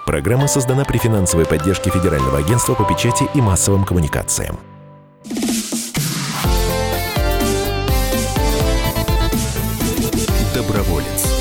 Программа создана при финансовой поддержке Федерального агентства по печати и массовым коммуникациям. Доброволец.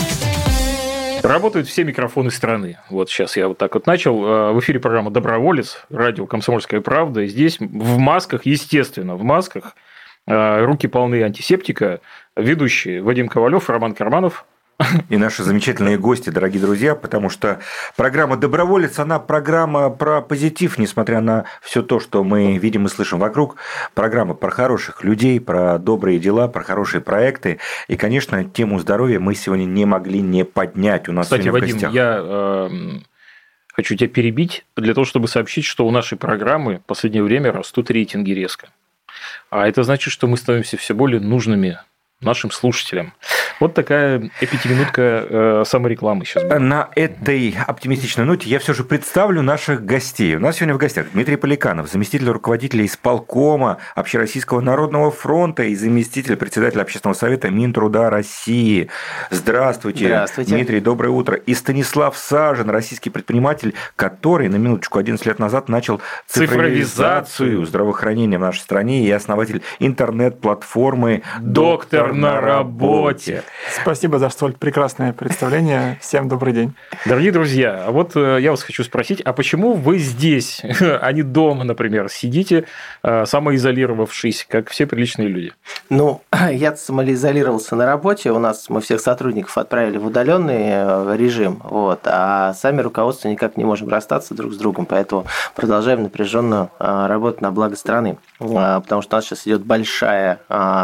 Работают все микрофоны страны. Вот сейчас я вот так вот начал. В эфире программа «Доброволец», радио «Комсомольская правда». И здесь в масках, естественно, в масках, руки полны антисептика, ведущие Вадим Ковалев, Роман Карманов. И наши замечательные гости, дорогие друзья, потому что программа «Доброволец», она программа про позитив, несмотря на все то, что мы видим и слышим вокруг. Программа про хороших людей, про добрые дела, про хорошие проекты. И, конечно, тему здоровья мы сегодня не могли не поднять. У нас Кстати, сегодня Вадим, в гостях. я хочу тебя перебить для того, чтобы сообщить, что у нашей программы в последнее время растут рейтинги резко. А это значит, что мы становимся все более нужными нашим слушателям. Вот такая пятиминутка саморекламы сейчас будет. На этой оптимистичной ноте я все же представлю наших гостей. У нас сегодня в гостях Дмитрий Поликанов, заместитель руководителя исполкома Общероссийского народного фронта и заместитель председателя Общественного совета Минтруда России. Здравствуйте. Здравствуйте. Дмитрий, доброе утро. И Станислав Сажин, российский предприниматель, который, на минуточку, 11 лет назад начал цифровизацию здравоохранения в нашей стране и основатель интернет-платформы «Доктор на работе». Спасибо за столь прекрасное представление. Всем добрый день. Дорогие друзья, а вот я вас хочу спросить, а почему вы здесь, а не дома, например, сидите, самоизолировавшись, как все приличные люди? Ну, я самоизолировался на работе. Мы всех сотрудников отправили в удаленный режим, а сами руководство никак не можем расстаться друг с другом, поэтому продолжаем напряженно работать на благо страны, потому что у нас сейчас идет большая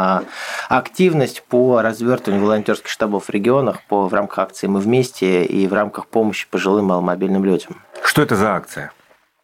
активность по развертыванию волонтерских штабов в регионах в рамках акции «Мы вместе» и в рамках помощи пожилым маломобильным людям. Что это за акция?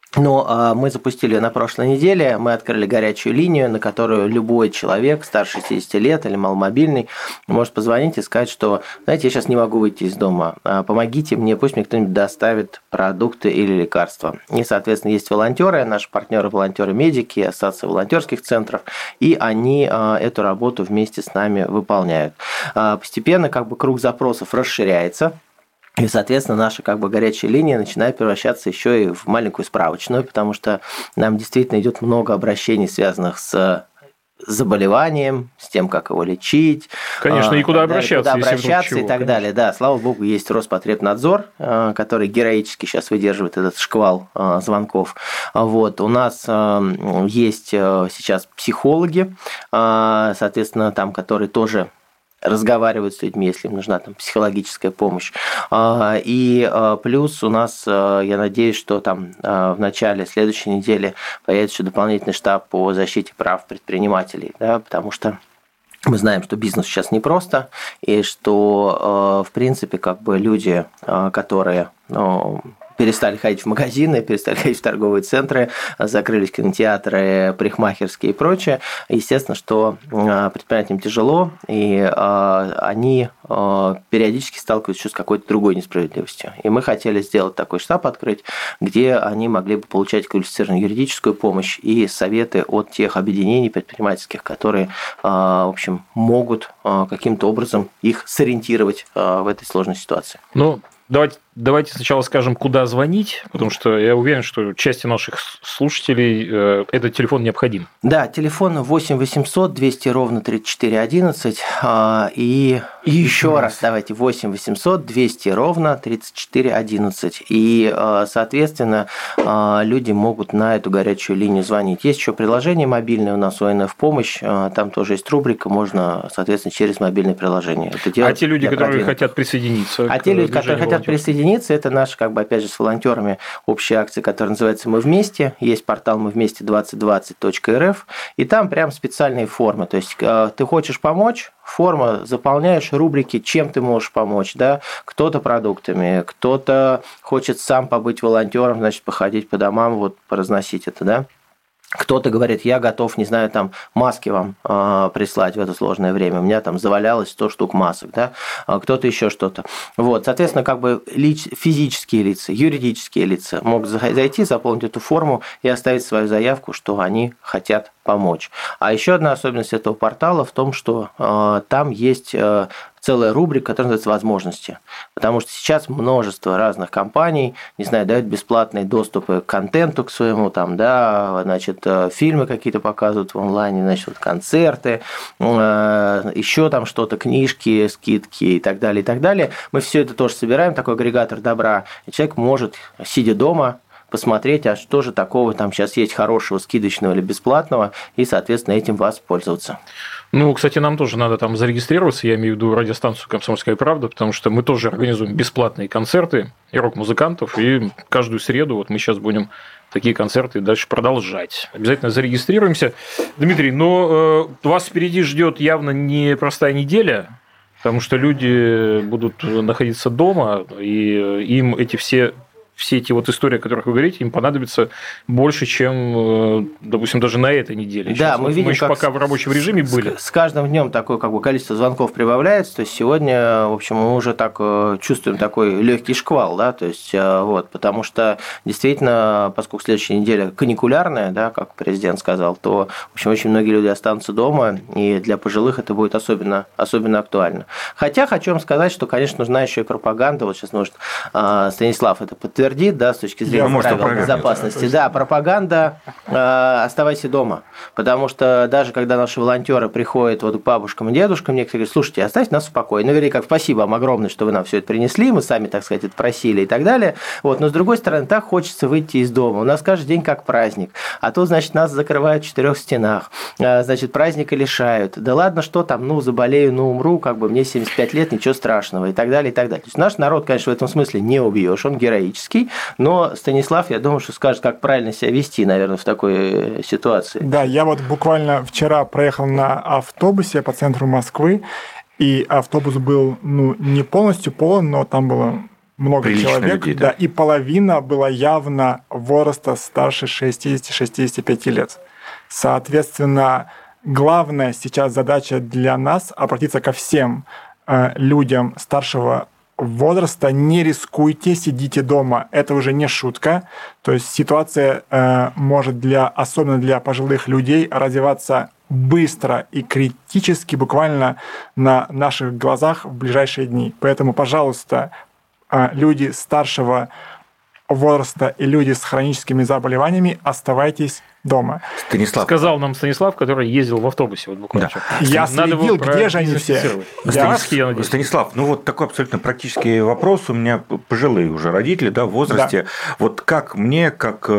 Мы запустили ее на прошлой неделе, мы открыли горячую линию, на которую любой человек старше 60 лет или маломобильный может позвонить и сказать, что, знаете, я сейчас не могу выйти из дома, помогите мне, пусть мне кто-нибудь доставит продукты или лекарства. И, соответственно, есть волонтеры, наши партнеры, волонтеры-медики, ассоциация волонтерских центров, и они эту работу вместе с нами выполняют. Постепенно круг запросов расширяется. И, соответственно, наша горячая линия начинает превращаться еще и в маленькую справочную, потому что нам действительно идет много обращений, связанных с заболеванием, с тем, как его лечить. Конечно, и куда обращаться, и так далее. Да, слава богу, есть Роспотребнадзор, который героически сейчас выдерживает этот шквал звонков. У нас есть сейчас психологи, соответственно, которые тоже разговаривают с людьми, если им нужна психологическая помощь. И плюс у нас, я надеюсь, что в начале следующей недели появится еще дополнительный штаб по защите прав предпринимателей, потому что мы знаем, что бизнес сейчас непросто, и что, в принципе, люди, которые перестали ходить в магазины, перестали ходить в торговые центры, закрылись кинотеатры, парикмахерские и прочее. Естественно, что предпринимателям тяжело, и они периодически сталкиваются еще с какой-то другой несправедливостью. И мы хотели сделать такой штаб открыть, где они могли бы получать квалифицированную юридическую помощь и советы от тех объединений предпринимательских, которые, в общем, могут каким-то образом их сориентировать в этой сложной ситуации. Давайте сначала скажем, куда звонить, потому что я уверен, что части наших слушателей этот телефон необходим. Да, телефон 8 800 200 ровно 34 11. И еще раз давайте 8 800 200 ровно 34 11. И, соответственно, люди могут на эту горячую линию звонить. Есть еще приложение мобильное у нас, ОНФ помощь. Там тоже есть рубрика, можно, соответственно, через мобильное приложение это делать. А те люди, которые хотят присоединиться? А те люди, которые хотят присоединиться, это наша, опять же, с волонтерами общая акция, которая называется «Мы вместе». Есть портал «Мы вместе 2020.рф», и там прям специальные формы. То есть ты хочешь помочь, форма, заполняешь рубрики, чем ты можешь помочь, да, кто-то продуктами, кто-то хочет сам побыть волонтером, значит, походить по домам, поразносить это, да. Кто-то говорит, я готов, не знаю, маски вам прислать в это сложное время. У меня завалялось 100 штук масок, да? Кто-то еще что-то. Соответственно, физические лица, юридические лица могут зайти, заполнить эту форму и оставить свою заявку, что они хотят помочь. А еще одна особенность этого портала в том, что там есть целая рубрика, которая называется «Возможности». Потому что сейчас множество разных компаний, не знаю, дают бесплатные доступы к контенту к своему, там, да, значит, фильмы какие-то показывают в онлайне, значит, вот концерты, еще там что-то, книжки, скидки и так далее, и так далее. Мы все это тоже собираем, такой агрегатор добра, и человек может, сидя дома, посмотреть, а что же такого там сейчас есть хорошего, скидочного или бесплатного, и, соответственно, этим воспользоваться. Ну, кстати, нам тоже надо там зарегистрироваться, я имею в виду радиостанцию «Комсомольская правда», потому что мы тоже организуем бесплатные концерты и рок-музыкантов, и каждую среду вот мы сейчас будем такие концерты дальше продолжать. Обязательно зарегистрируемся. Дмитрий, но вас впереди ждет явно непростая неделя, потому что люди будут находиться дома, и им все эти вот истории, о которых вы говорите, им понадобится больше, чем, допустим, даже на этой неделе. Да, сейчас мы видим, еще пока в рабочем режиме были. С каждым днем такое количество звонков прибавляется. То есть сегодня, в общем, мы уже так чувствуем такой легкий шквал, да, то есть вот, потому что действительно, поскольку следующая неделя каникулярная, да, как президент сказал, то, в общем, очень многие люди останутся дома, и для пожилых это будет особенно актуально. Хотя хочу вам сказать, что, конечно, нужна еще и пропаганда. Вот сейчас, может, Станислав это подтвердит, да, с точки зрения правил безопасности. Да, пропаганда «оставайся дома», потому что даже когда наши волонтеры приходят вот к бабушкам и дедушкам, некоторые говорят: слушайте, оставьте нас в покое. Наверняка спасибо вам огромное, что вы нам все это принесли, мы сами, так сказать, это просили и так далее. Вот. Но с другой стороны, так хочется выйти из дома. У нас каждый день как праздник. А то, значит, нас закрывают в 4 стенах. Значит, праздника лишают. Да ладно, что там, ну, заболею, ну, умру, как бы мне 75 лет, ничего страшного и так далее, и так далее. То есть наш народ, конечно, в этом смысле не убьешь, он героический. Но Станислав, я думаю, что скажет, как правильно себя вести, наверное, в такой ситуации. Да, я вот буквально вчера проехал на автобусе по центру Москвы, и автобус был, ну, не полностью полон, но там было много прилично человек, людей, да, и половина была явно возраста старше 60-65 лет. Соответственно, главная сейчас задача для нас — обратиться ко всем людям старшего возраста: не рискуйте, сидите дома. Это уже не шутка. То есть ситуация может особенно для пожилых людей развиваться быстро и критически буквально на наших глазах в ближайшие дни. Поэтому, пожалуйста, люди старшего возраста и люди с хроническими заболеваниями, оставайтесь дома. Станислав. Сказал нам Станислав, который ездил в автобусе вот буквально. Да. Я следил, где же они все. Станислав, ну вот такой абсолютно практический вопрос. У меня пожилые уже родители, да, в возрасте. Да. Вот как мне,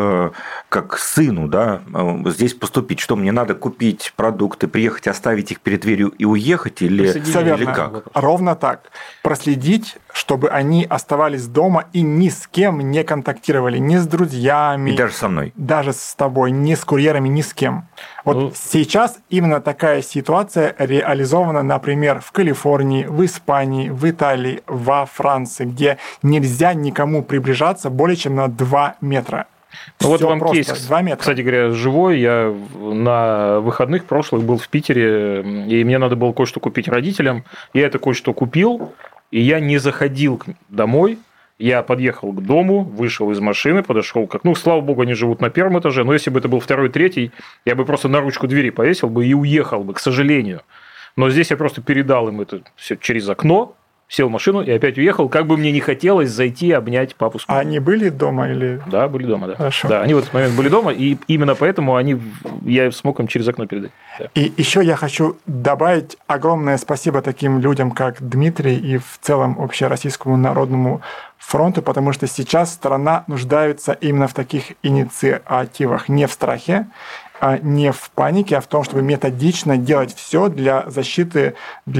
как сыну, да, здесь поступить? Что мне надо купить продукты, приехать, оставить их перед дверью и уехать, или как? Ровно так. Проследить, чтобы они оставались дома и ни с кем не контактировали, ни с друзьями. И даже со мной. Даже с тобой, ни с курьерами, ни с кем. Вот сейчас именно такая ситуация реализована, например, в Калифорнии, в Испании, в Италии, во Франции, где нельзя никому приближаться более чем на 2 метра. Ну вот вам просто, кейс, 2 метра. Кстати говоря, живой. Я на выходных прошлых был в Питере, и мне надо было кое-что купить родителям. Я это кое-что купил, и я не заходил домой. Я подъехал к дому, вышел из машины, подошел к окну. Слава богу, они живут на 1-м этаже, но если бы это был 2-й, 3-й, я бы просто на ручку двери повесил бы и уехал бы, к сожалению. Но здесь я просто передал им это все через окно, сел в машину и опять уехал, как бы мне не хотелось зайти обнять папу с мамой. А они были дома или... Да, были дома, да. Хорошо. Да, они в этот момент были дома, и именно поэтому я смог им через окно передать. Да. И еще я хочу добавить огромное спасибо таким людям, как Дмитрий, и в целом Общероссийскому народному фронту, потому что сейчас страна нуждается именно в таких инициативах, не в страхе, не в панике, а в том, чтобы методично делать все для защиты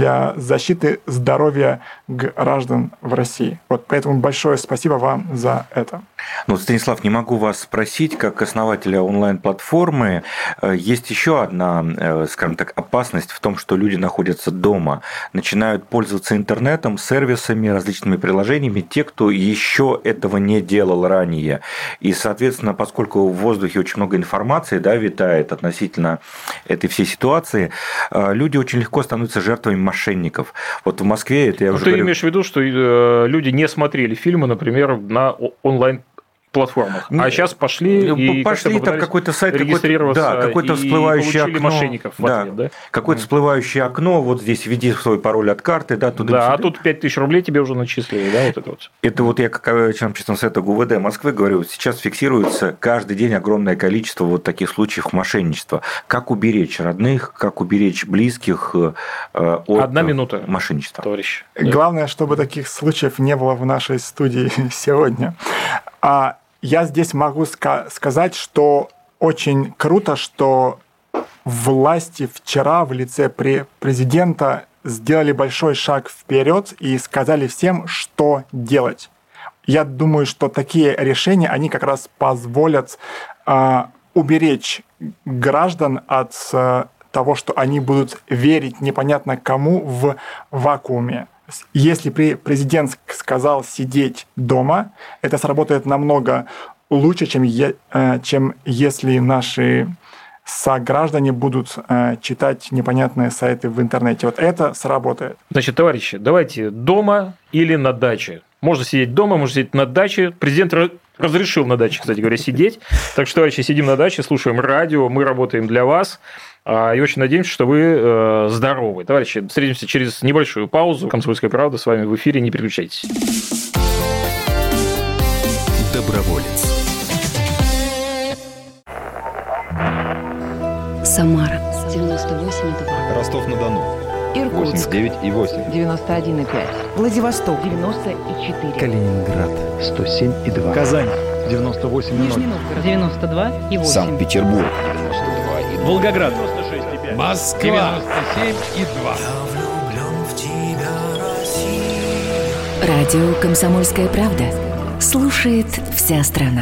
здоровья граждан в России. Вот поэтому большое спасибо вам за это. Ну, Станислав, не могу вас спросить, как основателя онлайн-платформы, есть еще одна, скажем так, опасность в том, что люди находятся дома, начинают пользоваться интернетом, сервисами, различными приложениями, те, кто еще этого не делал ранее. И, соответственно, поскольку в воздухе очень много информации, да, витает относительно этой всей ситуации, люди очень легко становятся жертвами мошенников. Вот в Москве это я уже Ты говорю... имеешь в виду, что люди не смотрели фильмы, например, на онлайн платформах. А сейчас пошли и там какой-то сайт, регистрироваться, какое-то всплывающее окно. Мошенников в ответ, да? Какое-то всплывающее окно, вот здесь введи свой пароль от карты, да, туда. Да, а тут 5000 рублей тебе уже начислили, да, вот это вот. Это вот я, как член общественного совета ГУВД Москвы, говорю, сейчас фиксируется каждый день огромное количество вот таких случаев мошенничества. Как уберечь родных, как уберечь близких от 1 минута, мошенничества? Товарищ. Главное, чтобы таких случаев не было в нашей студии сегодня. Я здесь могу сказать, что очень круто, что власти вчера в лице президента сделали большой шаг вперед и сказали всем, что делать. Я думаю, что такие решения, они как раз позволят уберечь граждан от того, что они будут верить непонятно кому в вакууме. Если президент сказал сидеть дома, это сработает намного лучше, чем если наши сограждане будут читать непонятные сайты в интернете. Вот это сработает. Значит, товарищи, давайте дома или на даче. Можно сидеть дома, можно сидеть на даче. Президент разрешил на даче, кстати говоря, сидеть. Так что, товарищи, сидим на даче, слушаем радио, мы работаем для вас. И очень надеемся, что вы здоровы. Товарищи, встретимся через небольшую паузу. «Комсомольская правда» с вами в эфире. Не переключайтесь. Доброволец. Самара 98,2. Ростов-на-Дону. Иркутск 89,8. 91,5. Владивосток 94. Калининград 107,2. Казань 98,0. Нижний Новгород 92,8. Санкт-Петербург 92,2. Волгоград 96,5. Москва 97,2. Радио «Комсомольская правда». Слушает вся страна.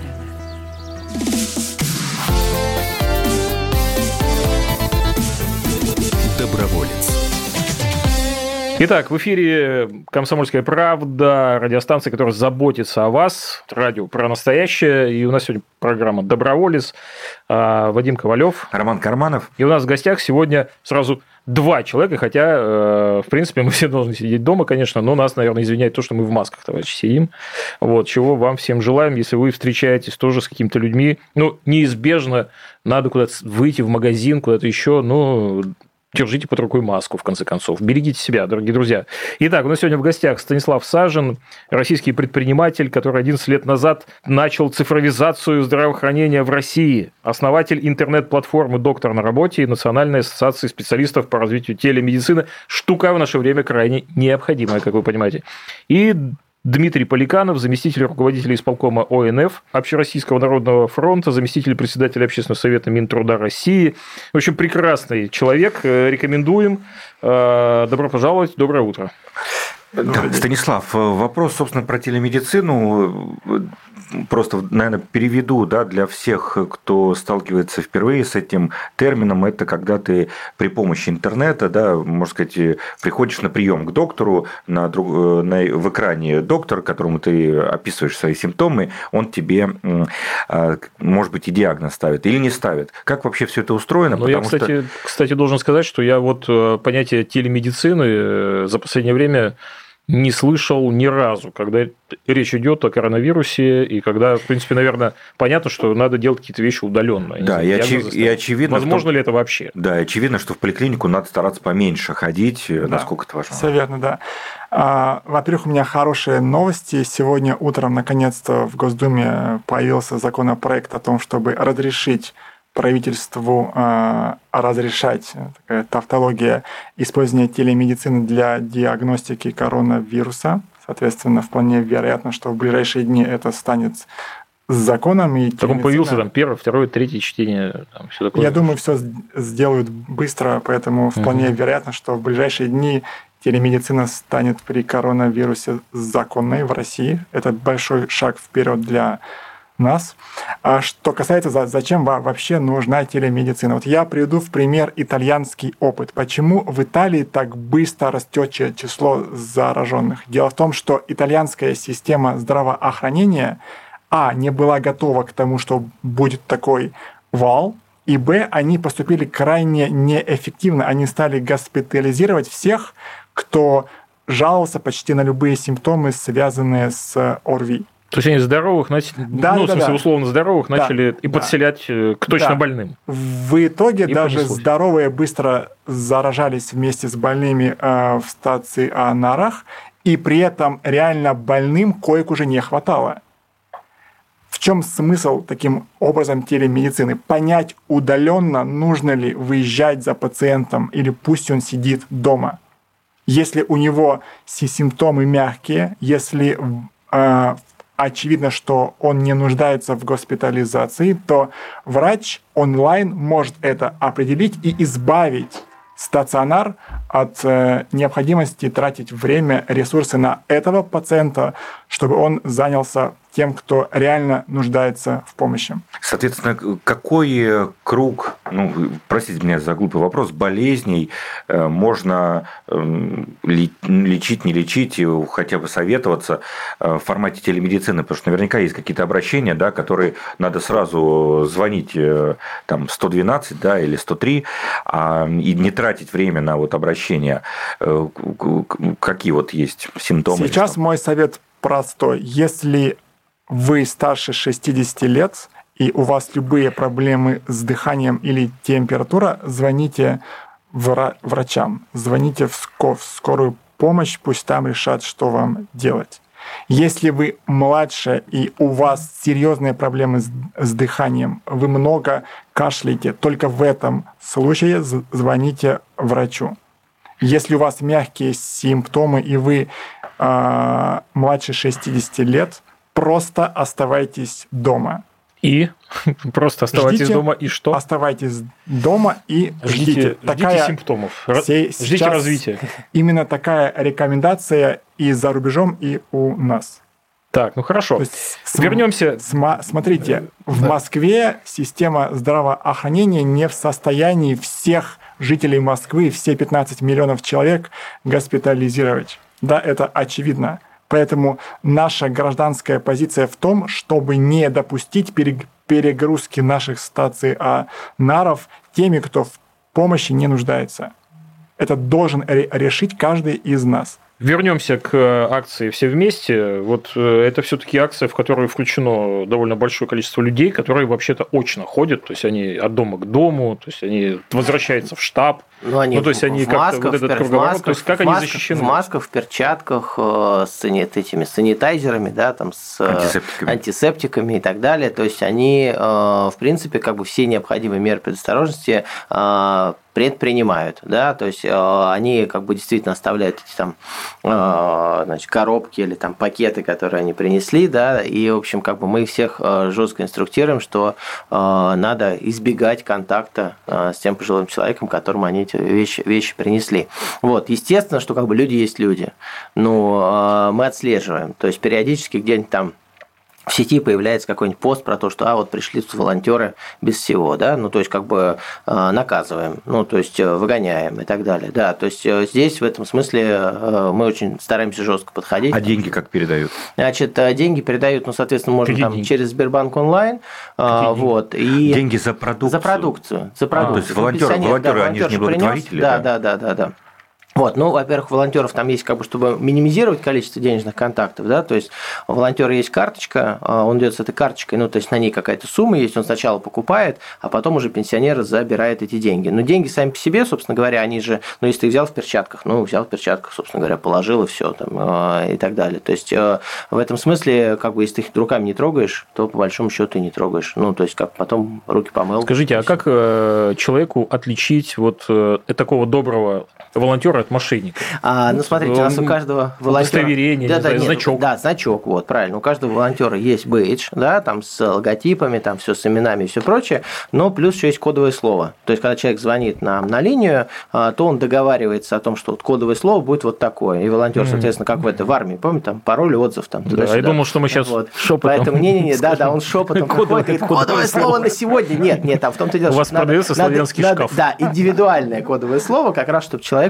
Доброволец. Итак, в эфире «Комсомольская правда», радиостанция, которая заботится о вас, радио про настоящее. И у нас сегодня программа «Доброволец», Вадим Ковалев, Роман Карманов. И у нас в гостях сегодня сразу 2 человека, хотя, в принципе, мы все должны сидеть дома, конечно, но нас, наверное, извиняет то, что мы в масках, товарищи, сидим. Вот, чего вам всем желаем, если вы встречаетесь тоже с какими-то людьми. Ну, неизбежно надо куда-то выйти в магазин, куда-то еще, но держите под рукой маску, в конце концов. Берегите себя, дорогие друзья. Итак, у нас сегодня в гостях Станислав Сажин, российский предприниматель, который 11 лет назад начал цифровизацию здравоохранения в России, основатель интернет-платформы «Доктор на работе» и Национальной ассоциации специалистов по развитию телемедицины. Штука в наше время крайне необходимая, как вы понимаете. И Дмитрий Поликанов, заместитель руководителя исполкома ОНФ Общероссийского народного фронта, заместитель председателя Общественного совета Минтруда России. В общем, прекрасный человек. Рекомендуем. Добро пожаловать. Доброе утро. Да, Станислав, вопрос, собственно, про телемедицину. Просто, наверное, переведу, да, для всех, кто сталкивается впервые с этим термином. Это когда ты при помощи интернета, да, можно сказать, приходишь на прием к доктору, в экране доктор, которому ты описываешь свои симптомы, он тебе, может быть, и диагноз ставит или не ставит. Как вообще все это устроено? Ну, я, кстати, должен сказать, что я вот понятие телемедицины за последнее время не слышал ни разу, когда речь идет о коронавирусе, и когда, в принципе, наверное, понятно, что надо делать какие-то вещи удаленно. Да, и очевидно. Возможно ли это вообще? Да, и очевидно, что в поликлинику надо стараться поменьше ходить, да, насколько это важно. Все верно, да. Во-первых, у меня хорошие новости. Сегодня утром, наконец-то, в Госдуме появился законопроект о том, чтобы разрешить правительству разрешать, такая тавтология, использование телемедицины для диагностики коронавируса. Соответственно, вполне вероятно, что в ближайшие дни это станет законом. И так он появился там первое, второе, третье чтение. Там, все такое. Я думаю, все сделают быстро, поэтому вполне вероятно, что в ближайшие дни телемедицина станет при коронавирусе законной в России. Это большой шаг вперед для нас. А что касается, зачем вообще нужна телемедицина? Вот я приведу в пример итальянский опыт. Почему в Италии так быстро растет число зараженных? Дело в том, что итальянская система здравоохранения не была готова к тому, что будет такой вал, и они поступили крайне неэффективно. Они стали госпитализировать всех, кто жаловался почти на любые симптомы, связанные с ОРВИ. То есть они здоровых, в смысле, условно здоровых, начали и подселять к точно больным. В итоге И даже понеслось. здоровые быстро заражались вместе с больными в стационарах, и при этом реально больным коек уже не хватало. В чем смысл таким образом телемедицины? Понять удаленно, нужно ли выезжать за пациентом или пусть он сидит дома. Если у него симптомы мягкие, если очевидно, что он не нуждается в госпитализации, то врач онлайн может это определить и избавить стационар от необходимости тратить время, ресурсы на этого пациента, чтобы он занялся тем, кто реально нуждается в помощи. Соответственно, какой круг, простите меня за глупый вопрос, болезней можно лечить, не лечить, хотя бы советоваться в формате телемедицины? Потому что наверняка есть какие-то обращения, да, которые надо сразу звонить там, 112 да, или 103, и не тратить время на обращение. Какие есть симптомы? Сейчас мой совет простой. Если вы старше 60 лет, и у вас любые проблемы с дыханием или температура, звоните врачам, звоните в скорую помощь, пусть там решат, что вам делать. Если вы младше и у вас серьезные проблемы с дыханием, вы много кашляете, только в этом случае звоните врачу. Если у вас мягкие симптомы и вы младше 60 лет, просто оставайтесь дома. И просто оставайтесь дома, и что? Оставайтесь дома и ждите. Ждите симптомов, ждите развития. Именно такая рекомендация и за рубежом, и у нас. Так, хорошо. Вернемся. Смотрите, в Москве система здравоохранения не в состоянии всех жителей Москвы, все 15 миллионов человек госпитализировать. Да, это очевидно. Поэтому наша гражданская позиция в том, чтобы не допустить перегрузки наших стационаров теми, кто в помощи не нуждается. Это должен решить каждый из нас. Вернемся к акции «Все вместе». Это все-таки акция, в которую включено довольно большое количество людей, которые вообще-то очно ходят, то есть они от дома к дому, то есть они возвращаются в штаб. Они в масках, они защищены? В масках, в перчатках, с этими санитайзерами, да, там, с антисептиками и так далее. То есть они, в принципе, все необходимые меры предосторожности предпринимают, да, то есть они действительно оставляют эти там, коробки или там пакеты, которые они принесли, да, и, в общем, мы их всех жестко инструктируем, что надо избегать контакта с тем пожилым человеком, которому они эти вещи принесли. Естественно, что люди есть люди, но мы отслеживаем, то есть периодически где-нибудь там в сети появляется какой-нибудь пост про то, что пришли волонтеры без всего, да, то есть наказываем, то есть выгоняем и так далее, да, то есть здесь в этом смысле мы очень стараемся жестко подходить. А деньги как передают? Значит, деньги передают, соответственно, можно там через Сбербанк онлайн, и деньги за продукцию. За продукцию. То есть волонтеры, они же не благотворители, да. Во-первых, у волонтеров там есть, чтобы минимизировать количество денежных контактов, да, то есть у волонтера есть карточка, он идет с этой карточкой, то есть на ней какая-то сумма есть, он сначала покупает, а потом уже пенсионер забирает эти деньги. Но деньги сами по себе, собственно говоря, они же, если ты взял в перчатках, собственно говоря, положил и все там, и так далее. То есть в этом смысле, если ты их руками не трогаешь, то по большому счету и не трогаешь. То есть потом руки помыл. Скажите, а как человеку отличить такого доброго волонтера от мошенника? Смотрите, у нас у каждого волонтера... Удостоверение, значок. Да, значок, правильно. У каждого волонтера есть бейдж, да, там с логотипами, там все с именами и все прочее, но плюс еще есть кодовое слово. То есть, когда человек звонит нам на линию, то он договаривается о том, что кодовое слово будет такое. И волонтер, соответственно, как в армии, помните, там пароль, отзыв, там туда-сюда. Я думал, что мы сейчас шепотом. Поэтому, да, он шепотом приходит, кодовое слово на сегодня. Нет, там в том-то дело, у вас продается славянский шкаф. Да, индивидуальное кодовое слово, как раз, чтобы человек понимал,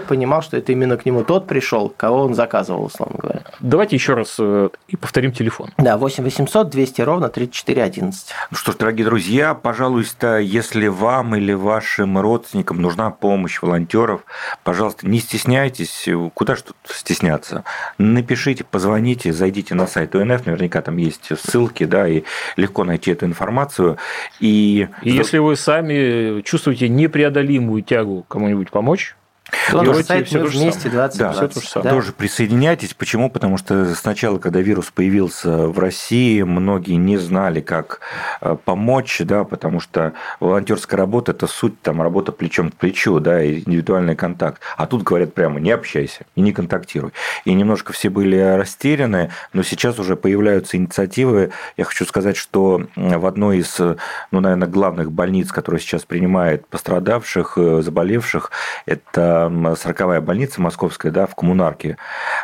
что это именно к нему тот пришел, кого он заказывал, условно говоря. Давайте еще раз и повторим телефон. Да, 8 800 200 ровно 34 11. Ну что ж, дорогие друзья, пожалуйста, если вам или вашим родственникам нужна помощь волонтеров, пожалуйста, не стесняйтесь. Куда ж тут стесняться? Напишите, позвоните, зайдите на сайт УНФ, наверняка там есть ссылки, да, и легко найти эту информацию. И если вы сами чувствуете непреодолимую тягу кому-нибудь помочь, сайт «Мы вместе» 2020. Да, тоже присоединяйтесь. Почему? Потому что сначала, когда вирус появился в России, многие не знали, как помочь, да, потому что волонтерская работа – это суть, там, работа плечом к плечу, да, и индивидуальный контакт. А тут говорят прямо: не общайся и не контактируй. И немножко все были растеряны, но сейчас уже появляются инициативы. Я хочу сказать, что в одной из, ну, наверное, главных больниц, которая сейчас принимает пострадавших, заболевших, это 40-я больница московская, да, в Коммунарке.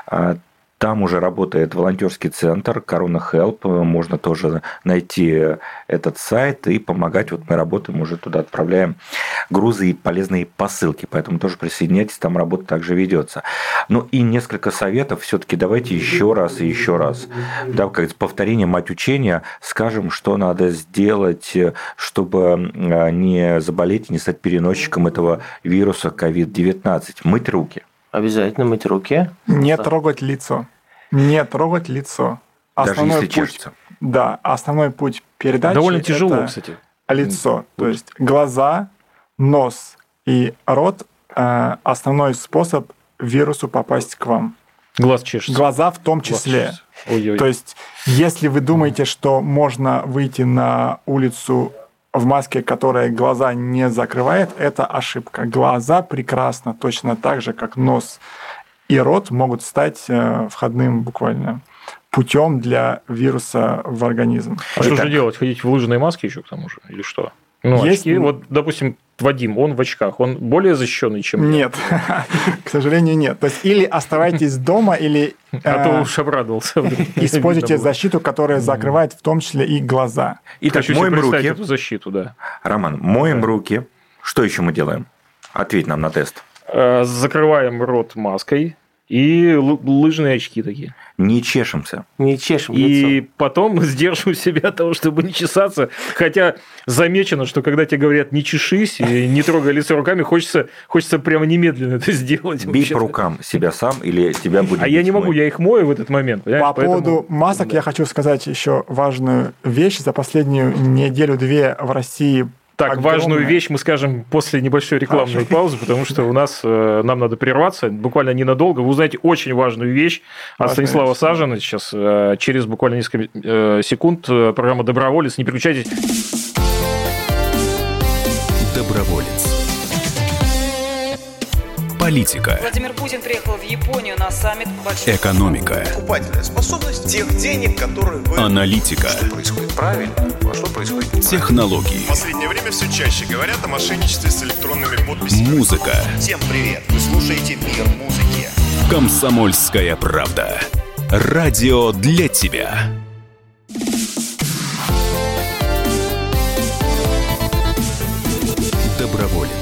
Там уже работает волонтерский центр Corona Help. Можно тоже найти этот сайт и помогать. Вот мы работаем, уже туда отправляем грузы и полезные посылки. Поэтому тоже присоединяйтесь, там работа также ведется. Ну и несколько советов. Все-таки давайте еще раз и еще раз. Да, как повторение мать учения. Скажем, что надо сделать, чтобы не заболеть, не стать переносчиком этого вируса COVID-19. Мыть руки. Обязательно мыть руки. Не трогать лицо. Не трогать лицо. Даже если чешется. Да, основной путь передачи – довольно тяжело, кстати. Лицо. То есть глаза, нос и рот – основной способ вирусу попасть к вам. Глаз чешется. Глаза в том числе. То есть если вы думаете, что можно выйти на улицу в маске, которая глаза не закрывает, это ошибка. Глаза прекрасно, точно так же, как нос и рот, могут стать входным буквально путем для вируса в организм. А что же делать? Ходить в лыжной маске еще к тому же? Или что? Ну, есть... очки. Вот, допустим, Вадим, он в очках, он более защищенный, чем я? Нет, к сожалению, нет. То есть или оставайтесь дома, или а то уж обрадовался. Используйте защиту, которая закрывает в том числе и глаза. Итак, моем руки. Эту защиту, да. Роман, моем руки. Что еще мы делаем? Ответь нам на тест. Закрываем рот маской. И лыжные очки такие. Не чешемся. Не чешем и лицо. Потом сдерживаю себя от того, чтобы не чесаться. Хотя замечено, что когда тебе говорят «не чешись» и «не трогай лицо руками», хочется прямо немедленно это сделать. Бей по рукам себя сам или тебя будет. А я не могу, я их мою в этот момент. По поводу масок я хочу сказать еще важную вещь. За последнюю неделю-две в России так, важную вещь мы скажем после небольшой рекламной паузы, потому что у нас нам надо прерваться буквально ненадолго. Вы узнаете очень важную вещь от Станислава Сажина сейчас через буквально несколько секунд. Программа «Доброволец». Не переключайтесь. Доброволец. Политика. Владимир Путин приехал в Японию на саммит больших. Экономика. Покупательная способность тех денег, которые вы... Аналитика. Что происходит правильно, а что происходит неправильно. Технологии. В последнее время все чаще говорят о мошенничестве с электронными подписями. Музыка. Всем привет! Вы слушаете «Мир музыки». Комсомольская правда. Радио для тебя. Доброволец.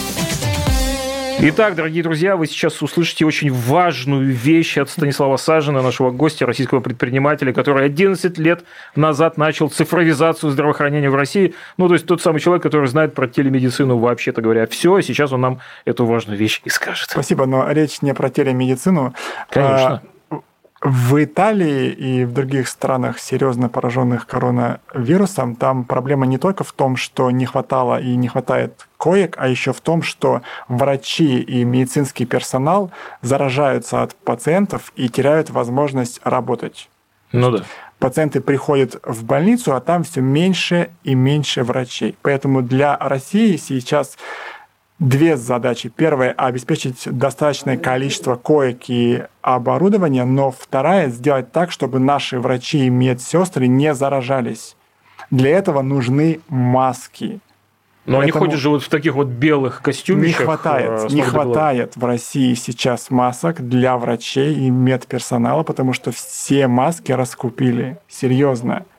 Итак, дорогие друзья, вы сейчас услышите очень важную вещь от Станислава Сажина, нашего гостя, российского предпринимателя, который 11 лет назад начал цифровизацию здравоохранения в России. Ну, то есть тот самый человек, который знает про телемедицину, вообще-то говоря, все. Сейчас он нам эту важную вещь и скажет. Спасибо, но речь не про телемедицину. Конечно. В Италии и в других странах, серьезно пораженных коронавирусом, там проблема не только в том, что не хватало и не хватает коек, а еще в том, что врачи и медицинский персонал заражаются от пациентов и теряют возможность работать. Ну да. Пациенты приходят в больницу, а там все меньше и меньше врачей. Поэтому для России сейчас две задачи. Первая – обеспечить достаточное количество коек и оборудования, но вторая – сделать так, чтобы наши врачи и медсестры не заражались. Для этого нужны маски. Но они ходят же вот в таких вот белых костюмчиках. Не хватает в России сейчас масок для врачей и медперсонала, потому что все маски раскупили. Серьезно.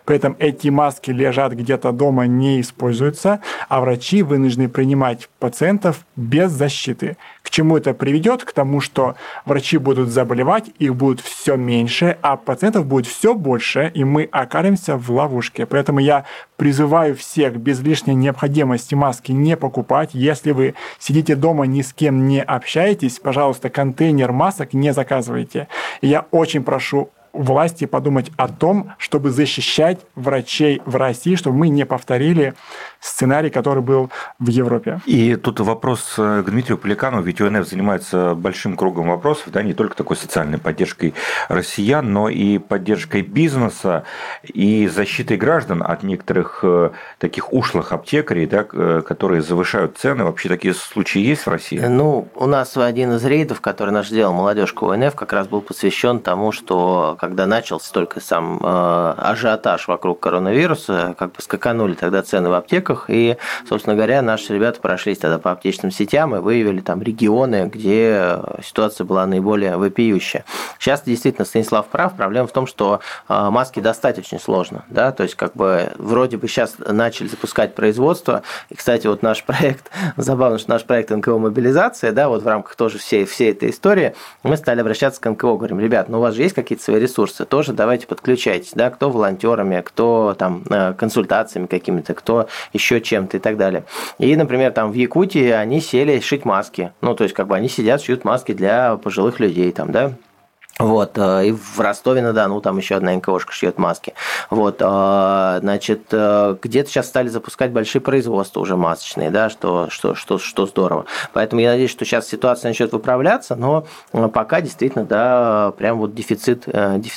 При этом эти маски лежат где-то дома, не используются, а врачи вынуждены принимать пациентов без защиты. К чему это приведет? К тому, что врачи будут заболевать, их будет все меньше, а пациентов будет все больше, и мы окажемся в ловушке. Поэтому я призываю всех без лишней необходимости маски не покупать. Если вы сидите дома, ни с кем не общаетесь, пожалуйста, контейнер масок не заказывайте. И я очень прошу власти подумать о том, чтобы защищать врачей в России, чтобы мы не повторили сценарий, который был в Европе. И тут вопрос к Дмитрию Поликанову, ведь УНФ занимается большим кругом вопросов, да, не только такой социальной поддержкой россиян, но и поддержкой бизнеса и защитой граждан от некоторых таких ушлых аптекарей, да, которые завышают цены. Вообще такие случаи есть в России? Ну, у нас один из рейдов, который наш делал молодежка УНФ, как раз был посвящен тому, что когда начался только сам ажиотаж вокруг коронавируса, как бы скаканули тогда цены в аптеках, и, собственно говоря, наши ребята прошлись тогда по аптечным сетям и выявили там регионы, где ситуация была наиболее вопиющая. Сейчас действительно Станислав прав, проблема в том, что маски достать очень сложно, да, то есть как бы вроде бы сейчас начали запускать производство, и, кстати, вот наш проект, забавно, что наш проект НКО «Мобилизация», да, вот в рамках тоже всей этой истории, мы стали обращаться к НКО, говорим, ребят, ну у вас же есть какие-то свои ресурсы, тоже давайте подключайтесь, да, кто волонтерами, кто там консультациями какими-то, кто еще чем-то и так далее. И, например, там в Якутии они сели шить маски, ну, то есть, как бы они сидят, шьют маски для пожилых людей там, да. Вот, и в Ростове-на-Дону там еще одна НКОшка шьет маски. Вот, значит, где-то сейчас стали запускать большие производства уже масочные, да, что здорово. Поэтому я надеюсь, что сейчас ситуация начнет выправляться, но пока действительно, да, прям вот дефицит.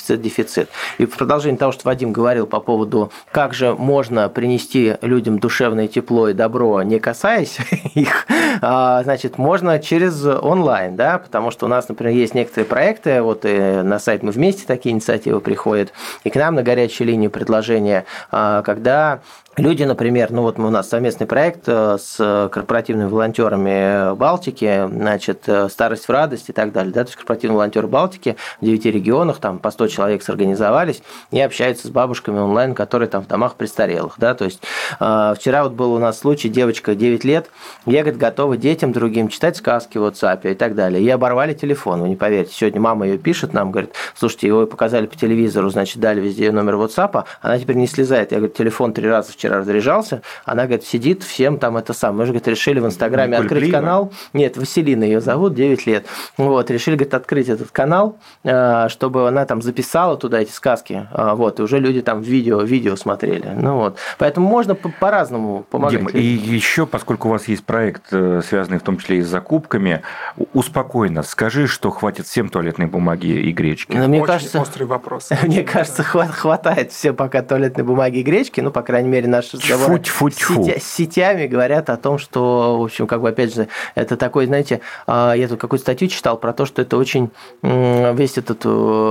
И в продолжение того, что Вадим говорил по поводу, как же можно принести людям душевное тепло и добро, не касаясь их, значит, можно через онлайн, да, потому что у нас, например, есть некоторые проекты, вот на сайт «Мы вместе» такие инициативы приходят, и к нам на горячую линию предложения, когда люди, например, ну вот у нас совместный проект с корпоративными волонтерами Балтики, значит, «Старость в радость» и так далее, да, то есть корпоративные волонтеры Балтики в 9 регионах, там по 100 человек сорганизовались и общаются с бабушками онлайн, которые там в домах престарелых, да, то есть вчера вот был у нас случай, девочка 9 лет, я, говорит, готова детям другим читать сказки в WhatsApp и так далее, и оборвали телефон, вы не поверите, сегодня мама ее пишет нам, говорит, слушайте, его показали по телевизору, значит, дали везде ее номер WhatsApp, она теперь не слезает, я, говорит, телефон 3 раза вчера разряжался, она, говорит, сидит, всем там это самое. Мы же, говорит, решили в Инстаграме открыть канал. Нет, Василина ее зовут, 9 лет. Вот, решили, говорит, открыть этот канал, чтобы она там записала туда эти сказки. Вот, и уже люди там видео смотрели. Ну вот. Поэтому можно по-разному помогать. Дим, и еще, поскольку у вас есть проект, связанный в том числе и с закупками, успокойно скажи, что хватит всем туалетной бумаги и гречки. Мне кажется, острый вопрос. Мне кажется, хватает все пока туалетной бумаги и гречки, ну, по крайней мере, наш разговор с сетями говорят о том, что, в общем, как бы, опять же, это такой, знаете, я тут какую-то статью читал про то, что это очень весь этот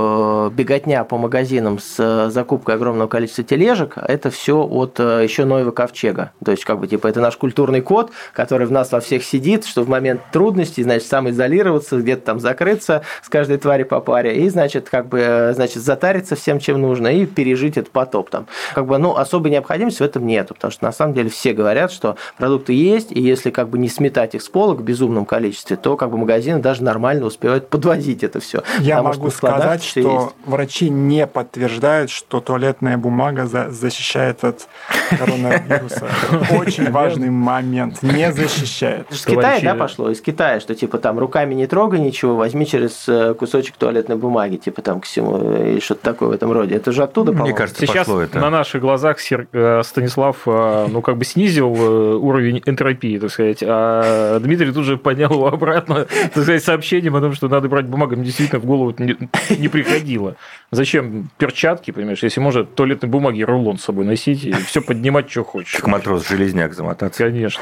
беготня по магазинам с закупкой огромного количества тележек, это все от еще Ноева ковчега. То есть, как бы, типа, это наш культурный код, который в нас во всех сидит, что в момент трудностей, значит, самоизолироваться, где-то там закрыться с каждой твари по паре и, значит, как бы, значит, затариться всем, чем нужно, и пережить этот потоп там. Как бы, ну, особой необходимости в этом нету, потому что на самом деле все говорят, что продукты есть, и если как бы не сметать их с полок в безумном количестве, то как бы магазины даже нормально успевают подвозить это все. Я могу сказать, что врачи не подтверждают, что туалетная бумага защищает от коронавируса. Очень важный момент. Не защищает. Из Китая, да, пошло? Из Китая, что типа там руками не трогай ничего, возьми через кусочек туалетной бумаги, типа там к всему, и что-то такое в этом роде. Это же оттуда, по-моему. Мне кажется, сейчас пошло это. На наших глазах Станислав, ну, как бы снизил уровень энтропии, так сказать, а Дмитрий тут же поднял его обратно, так сказать, сообщением о том, что надо брать бумагу, мне действительно в голову не приходило. Зачем перчатки, понимаешь, если можно туалетной бумаги рулон с собой носить и все поднимать, что хочешь. Как матрос-железняк замотаться. Конечно.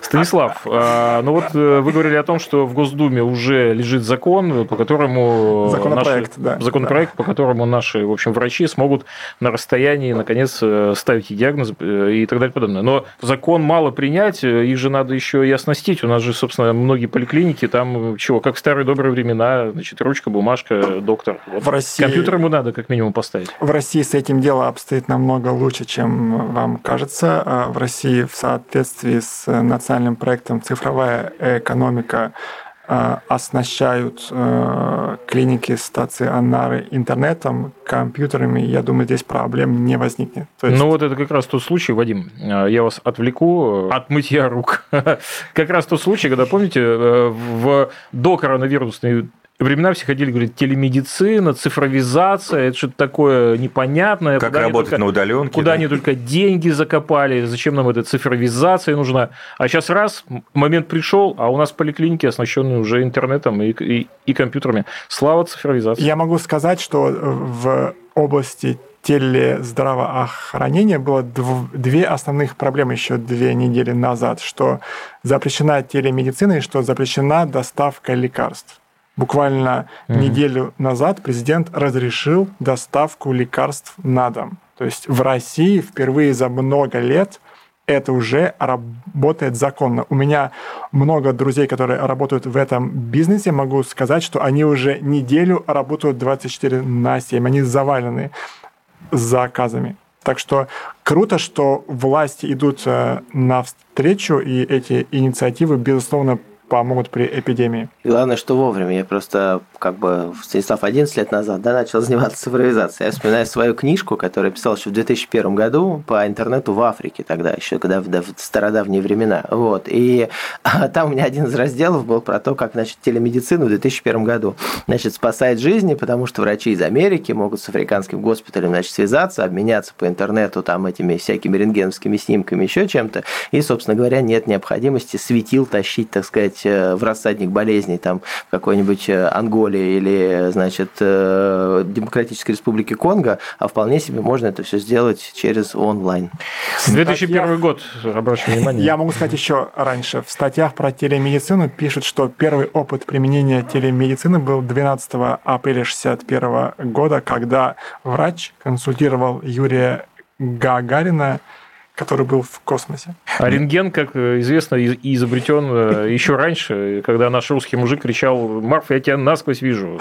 Станислав, ну вот вы говорили о том, что в Госдуме уже лежит закон, по которому законопроект, по которому наши, в общем, врачи смогут на расстоянии, наконец, ставить диагноз и так далее подобное. Но закон мало принять, их же надо еще и оснастить. У нас же, собственно, многие поликлиники, там чего, как в старые добрые времена, значит, ручка, бумажка, доктор. Вот. В России... Компьютер ему надо как минимум поставить. В России с этим дело обстоит намного лучше, чем вам кажется. В России в соответствии с национальным проектом «Цифровая экономика» оснащают клиники, стационары интернетом, компьютерами. Я думаю, здесь проблем не возникнет. Ну, вот это как раз тот случай, Вадим, я вас отвлеку от мытья рук. Как раз тот случай, когда, помните, в докоронавирусные времена все ходили, говорят, телемедицина, цифровизация, это что-то такое непонятное. Как работать на удаленке. Куда они только деньги закопали, зачем нам эта цифровизация нужна. А сейчас раз, момент пришел, а у нас поликлиники оснащены уже интернетом и компьютерами. Слава цифровизации. Я могу сказать, что в области телездравоохранения было две основных проблемы еще 2 недели назад, что запрещена телемедицина и что запрещена доставка лекарств. Буквально неделю назад президент разрешил доставку лекарств на дом. То есть в России впервые за много лет это уже работает законно. У меня много друзей, которые работают в этом бизнесе. Могу сказать, что они уже неделю работают 24/7. Они завалены заказами. Так что круто, что власти идут навстречу, и эти инициативы, безусловно, помогут при эпидемии. И главное, что вовремя. Я просто, Станислав 11 лет назад начал заниматься цифровизацией. Я вспоминаю свою книжку, которую я писал еще в 2001 году по интернету в Африке тогда, еще когда в стародавние времена. Вот. И там у меня один из разделов был про то, как, телемедицина в 2001 году, спасает жизни, потому что врачи из Америки могут с африканским госпиталем, связаться, обменяться по интернету там этими всякими рентгеновскими снимками, еще чем-то. И, собственно говоря, нет необходимости светил тащить, так сказать, в рассадник болезней там в какой-нибудь Анголе или, Демократической Республике Конго, а вполне себе можно это все сделать через онлайн. 2001 год, обращу внимание. Я могу сказать еще раньше. В статьях про телемедицину пишут, что первый опыт применения телемедицины был 12 апреля 1961 года, когда врач консультировал Юрия Гагарина, который был в космосе. А рентген, как известно, изобретен еще раньше, когда наш русский мужик кричал: «Марф, я тебя насквозь вижу».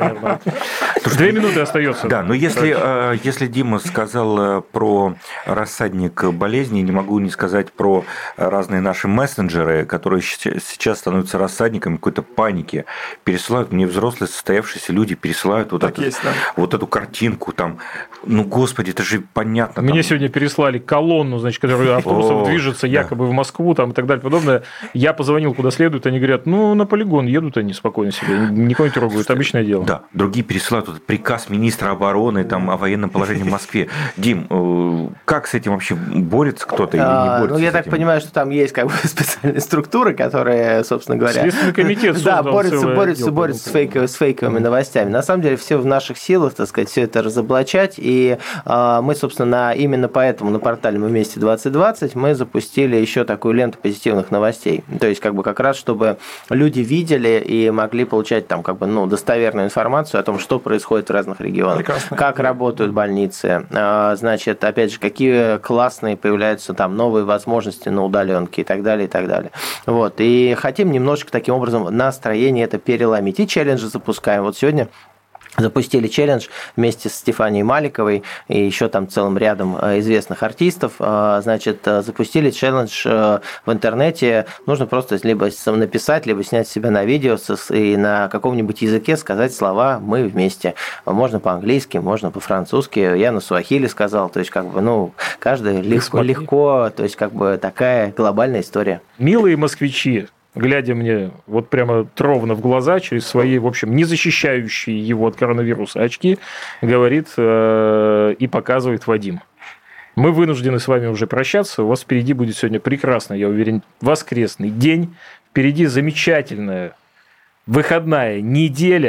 2 минуты остается. Да, но если Дима сказал про рассадник болезней, не могу не сказать про разные наши мессенджеры, которые сейчас становятся рассадниками какой-то паники. Пересылают мне взрослые состоявшиеся люди, пересылают вот эту картинку. Там, господи, это же понятно. Мне сегодня переслали колонну, который автобусом движется якобы в Москву там, и так далее, подобное. Я позвонил куда следует, они говорят, на полигон едут они спокойно себе, никого не трогают, обычное дело. Да, другие пересылают приказ министра обороны о военном положении в Москве. Дим, как с этим вообще борется кто-то или не борется? Я так понимаю, что там есть специальные структуры, которые, собственно говоря... Следственный комитет борются с фейковыми новостями. На самом деле, все в наших силах, так сказать, все это разоблачать, и мы, собственно, именно поэтому на портале «Мы вместе 2020» мы запустили еще такую ленту позитивных новостей. То есть, как раз, чтобы люди видели и могли получать там, достоверную информацию о том, что происходит в разных регионах, прекрасно, как работают больницы, опять же, какие классные появляются там новые возможности на удаленке и так далее, и так далее. Вот. И хотим немножечко таким образом настроение это переломить. И челленджи запускаем. Вот сегодня запустили челлендж вместе с Стефанией Маликовой и еще там целым рядом известных артистов. Запустили челлендж в интернете. Нужно просто либо написать, либо снять себя на видео и на каком-нибудь языке сказать слова «мы вместе». Можно по-английски, можно по-французски. Я на суахили сказал. То есть, каждый легко. То есть, такая глобальная история. Милые москвичи, глядя мне прямо ровно в глаза через свои, в общем, не защищающие его от коронавируса очки, говорит и показывает Вадим. Мы вынуждены с вами уже прощаться. У вас впереди будет сегодня прекрасный, я уверен, воскресный день. Впереди замечательная выходная неделя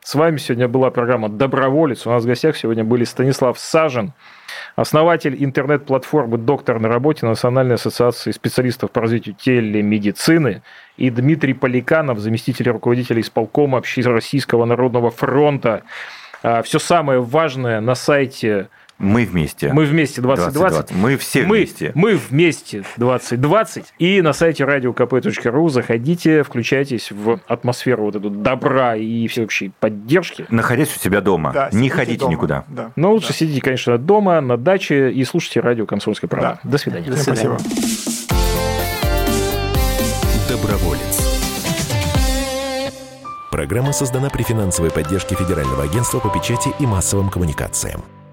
С вами сегодня была программа «Доброволец». У нас в гостях сегодня были Станислав Сажин, основатель интернет-платформы «Доктор на работе» Национальной ассоциации специалистов по развитию телемедицины, и Дмитрий Поликанов, заместитель руководителя исполкома Общероссийского народного фронта. Все самое важное на сайте «Мы вместе». «Мы вместе 2020». Мы все вместе. Мы вместе 2020. И на сайте radiokp.ru заходите, включайтесь в атмосферу вот эту добра и всеобщей поддержки. Находясь у себя дома. Да, не сидите ходите дома. никуда. Да. Но лучше сидите, конечно, дома, на даче и слушайте радио «Комсомольская правда». Да. До свидания. До свидания. Спасибо. Доброволец. Программа создана при финансовой поддержке Федерального агентства по печати и массовым коммуникациям.